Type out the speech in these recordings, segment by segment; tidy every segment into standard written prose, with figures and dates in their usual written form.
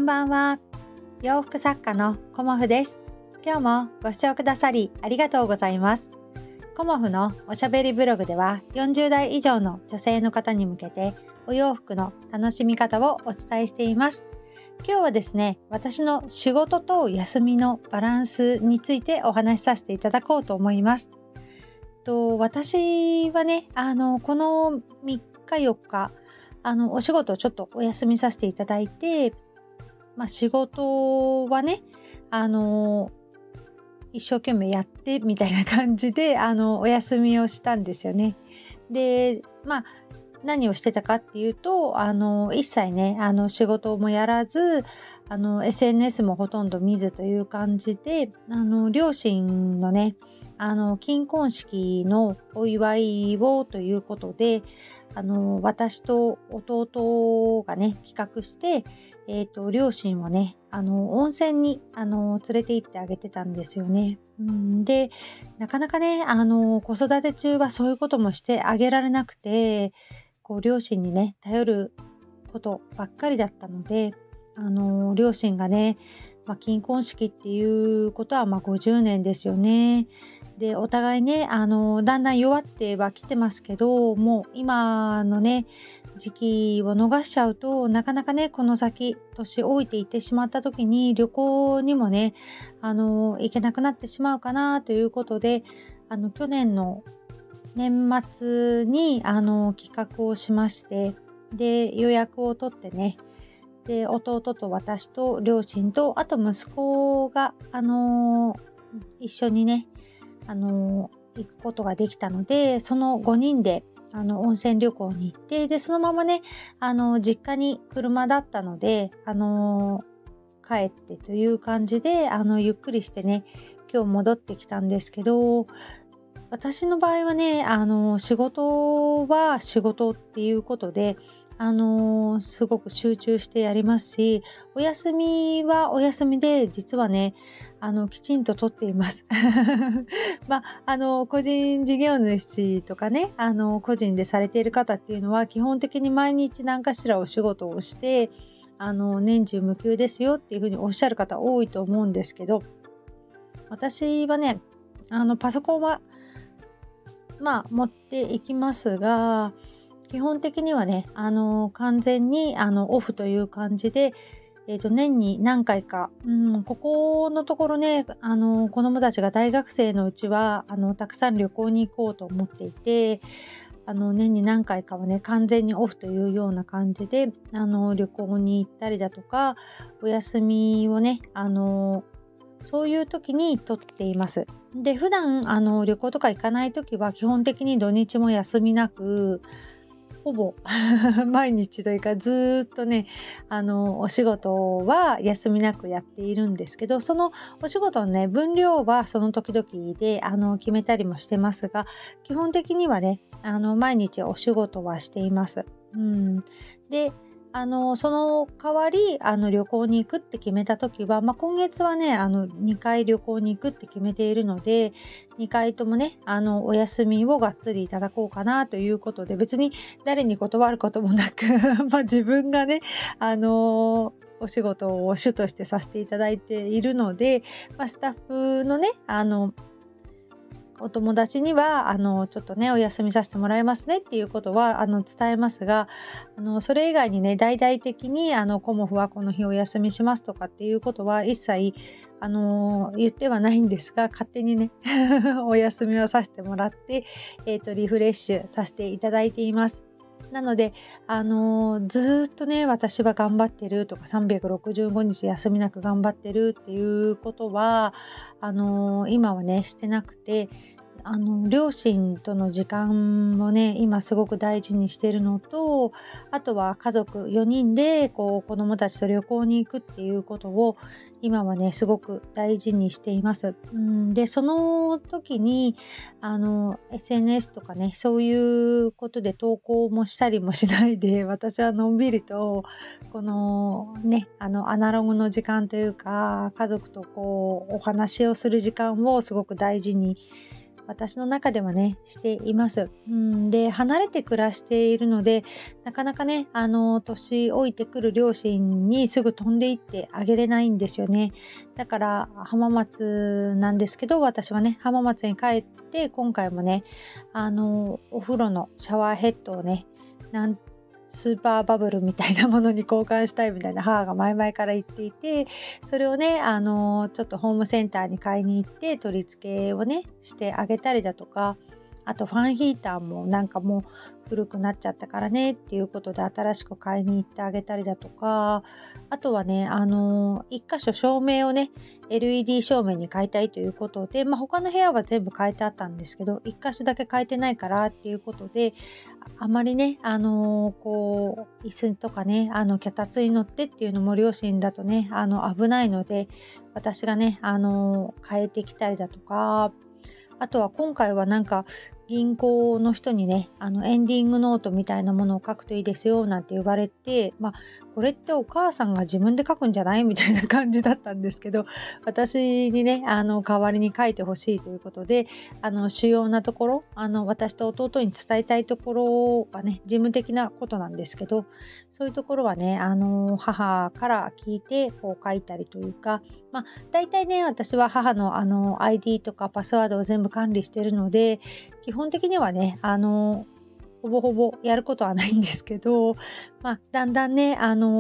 んばんは。洋服作家のコモフです。今日もご視聴くださりありがとうございます。コモフのおしゃべりブログでは40代以上の女性の方に向けてお洋服の楽しみ方をお伝えしています。今日はですね、私の仕事と休みのバランスについてお話しさせていただこうと思います。私はね、この3日4日お仕事をちょっとお休みさせていただいて、仕事はね、一生懸命やってみたいな感じでお休みをしたんですよね。で、何をしてたかっていうと、一切ね仕事もやらずSNS もほとんど見ずという感じで、両親のね金婚式のお祝いをということで、私と弟がね企画して、両親をね温泉に連れて行ってあげてたんですよね。で、なかなかね子育て中はそういうこともしてあげられなくて、両親にね頼ることばっかりだったので、両親がね、金婚式っていうことは50年ですよね。で、お互いねだんだん弱ってはきてますけど、もう今のね時期を逃しちゃうとなかなかねこの先年老いていってしまった時に旅行にもね行けなくなってしまうかなということで、去年の年末に企画をしまして、で予約を取ってね、で弟と私と両親とあと息子が一緒にね行くことができたので、その5人で温泉旅行に行って、でそのままね実家に車だったので帰ってという感じでゆっくりしてね今日戻ってきたんですけど、私の場合はね仕事は仕事っていうことですごく集中してやりますし、お休みはお休みで実はねきちんと取っています。個人事業主とかね個人でされている方っていうのは基本的に毎日何かしらお仕事をして年中無休ですよっていうふうにおっしゃる方多いと思うんですけど、私はねパソコンは持っていきますが、基本的にはね完全にオフという感じで、年に何回か、ここのところね子供たちが大学生のうちはたくさん旅行に行こうと思っていて、年に何回かはね完全にオフというような感じで旅行に行ったりだとか、お休みをねそういう時に取っています。で、普段旅行とか行かない時は基本的に土日も休みなく、ほぼ毎日というかずっとねお仕事は休みなくやっているんですけど、そのお仕事のね分量はその時々で決めたりもしてますが、基本的にはね毎日お仕事はしています。でその代わり旅行に行くって決めた時は、今月はね2回旅行に行くって決めているので、2回ともねお休みをがっつりいただこうかなということで、別に誰に断ることもなく自分がねお仕事を主としてさせていただいているので、スタッフのねお友達にはちょっとねお休みさせてもらいますねっていうことは伝えますが、それ以外にね大々的にコモフはこの日お休みしますとかっていうことは一切言ってはないんですが、勝手にねお休みをさせてもらって、リフレッシュさせていただいています。なのでずっとね私は頑張ってるとか365日休みなく頑張ってるっていうことは今はねしてなくて、両親との時間もね今すごく大事にしているのと、あとは家族4人で子供たちと旅行に行くっていうことを今はねすごく大事にしています。でその時にSNS とかねそういうことで投稿もしたりもしないで、私はのんびりとこのねアナログの時間というか家族とお話をする時間をすごく大事に私の中ではねしています。で離れて暮らしているのでなかなかね年老いてくる両親にすぐ飛んでいってあげれないんですよね。だから浜松なんですけど、私はね浜松に帰って今回もねお風呂のシャワーヘッドをねスーパーバブルみたいなものに交換したいみたいな母が前々から言っていて、それをねちょっとホームセンターに買いに行って取り付けをねしてあげたりだとか、あとファンヒーターもなんかもう古くなっちゃったからねっていうことで新しく買いに行ってあげたりだとか、あとはね一箇所照明をね LED 照明に変えたいということで、他の部屋は全部変えてあったんですけど一箇所だけ変えてないからっていうことで、あまりね椅子とかね脚立に乗ってっていうのも両親だとね危ないので、私がね変えてきたりだとか、あとは今回はなんか銀行の人にねエンディングノートみたいなものを書くといいですよなんて言われて、これってお母さんが自分で書くんじゃないみたいな感じだったんですけど、私にね代わりに書いてほしいということで主要なところ私と弟に伝えたいところはね事務的なことなんですけど、そういうところはね母から聞いてこう書いたりというか、だいたいね私は母のID とかパスワードを全部管理しているので、基本的にはねほぼほぼやることはないんですけど、だんだんね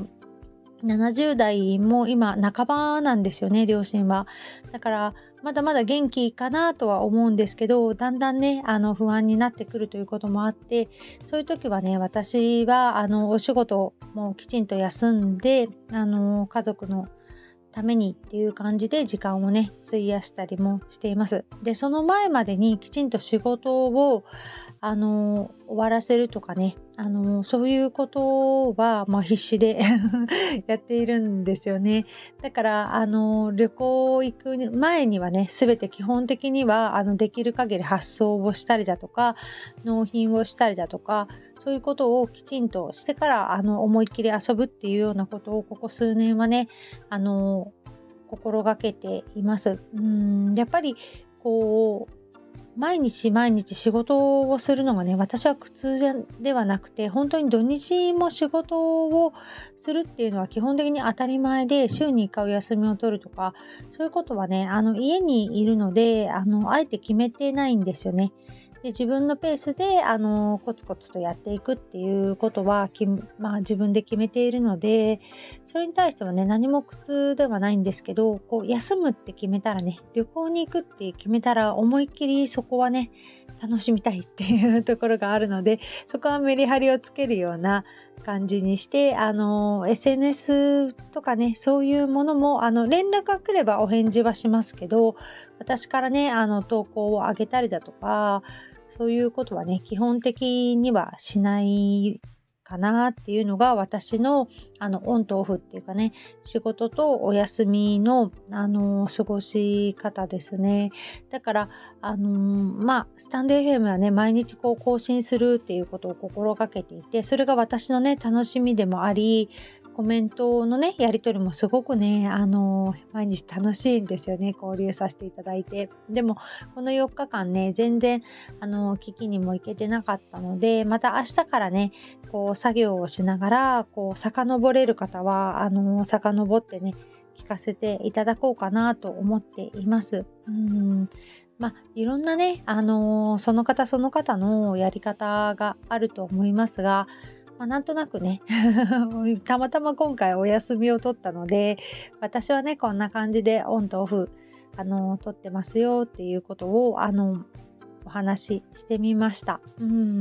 70代も今半ばなんですよね、両親は。だからまだまだ元気かなとは思うんですけど、だんだんね不安になってくるということもあって、そういう時はね私はお仕事もきちんと休んで家族のためにっていう感じで時間をね費やしたりもしています。でその前までにきちんと仕事を終わらせるとかねそういうことは、必死でやっているんですよね。だから旅行行く前にはね全て基本的にはできる限り発送をしたりだとか納品をしたりだとか、そういうことをきちんとしてから思いっきり遊ぶっていうようなことをここ数年はね心がけています。やっぱりこう毎日毎日仕事をするのがね私は苦痛ではなくて、本当に土日も仕事をするっていうのは基本的に当たり前で、週に1回お休みを取るとかそういうことはね家にいるのであえて決めてないんですよね。で自分のペースでコツコツとやっていくっていうことは自分で決めているので、それに対してはね何も苦痛ではないんですけど、こう休むって決めたらね、旅行に行くって決めたら思いっきりそこはね楽しみたいっていうところがあるので、そこはメリハリをつけるような感じにして、SNS とかねそういうものも連絡が来ればお返事はしますけど、私からね投稿を上げたりだとかそういうことはね基本的にはしないかなっていうのが私のオンとオフっていうかね、仕事とお休みの過ごし方ですね。だからスタンド FM はね毎日こう更新するっていうことを心がけていて、それが私のね楽しみでもあり、コメントのねやり取りもすごくね毎日楽しいんですよね、交流させていただいて。でもこの4日間ね全然聞きにも行けてなかったので、また明日からねこう作業をしながらこう遡れる方は遡ってね聞かせていただこうかなと思っています。いろんなね、その方その方のやり方があると思いますが、なんとなくねたまたま今回お休みを取ったので、私はねこんな感じでオンとオフ取ってますよっていうことをお話ししてみました。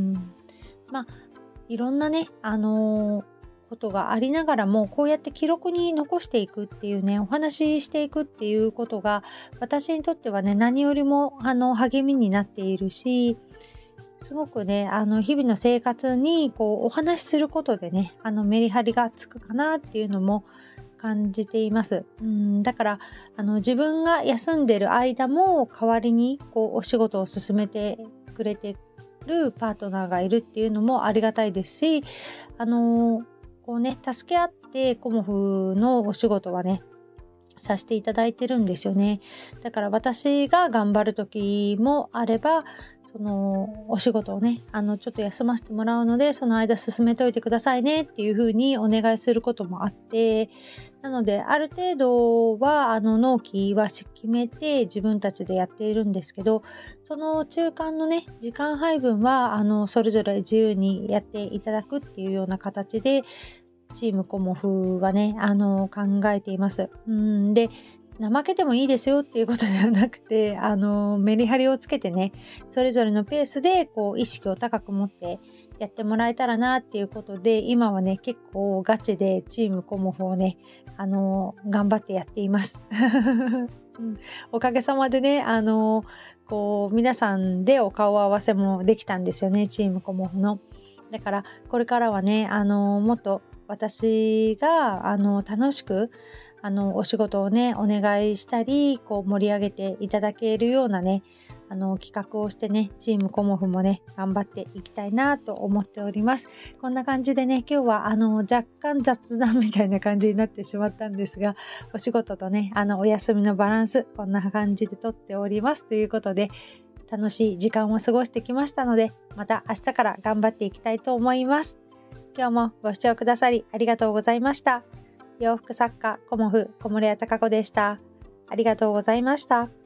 いろんなねことがありながらも、こうやって記録に残していくっていうね、お話ししていくっていうことが私にとってはね何よりも励みになっているし、すごくね日々の生活にこうお話しすることでねメリハリがつくかなっていうのも感じています。だから自分が休んでる間も代わりにこうお仕事を進めてくれてるパートナーがいるっていうのもありがたいですし、こうね助け合ってコモフのお仕事はねさせていただいてるんですよね。だから私が頑張る時もあれば、そのお仕事をね、ちょっと休ませてもらうので、その間進めといてくださいねっていう風にお願いすることもあって、なのである程度は納期は決めて自分たちでやっているんですけど、その中間のね、時間配分はそれぞれ自由にやっていただくっていうような形で、チームコモフはね、考えています。で、怠けてもいいですよっていうことではなくて、メリハリをつけてね、それぞれのペースでこう意識を高く持ってやってもらえたらなっていうことで、今はね、結構ガチでチームコモフをね、頑張ってやっています。うん、おかげさまでね、こう皆さんでお顔合わせもできたんですよね、チームコモフの。だからこれからはね、もっと私が楽しくお仕事をねお願いしたり、こう盛り上げていただけるようなね企画をしてね、チームコモフもね頑張っていきたいなと思っております。こんな感じでね、今日は若干雑談みたいな感じになってしまったんですが、お仕事とねお休みのバランス、こんな感じでとっておりますということで、楽しい時間を過ごしてきましたので、また明日から頑張っていきたいと思います。今日もご視聴くださりありがとうございました。洋服作家コモフ小森屋隆子でした。ありがとうございました。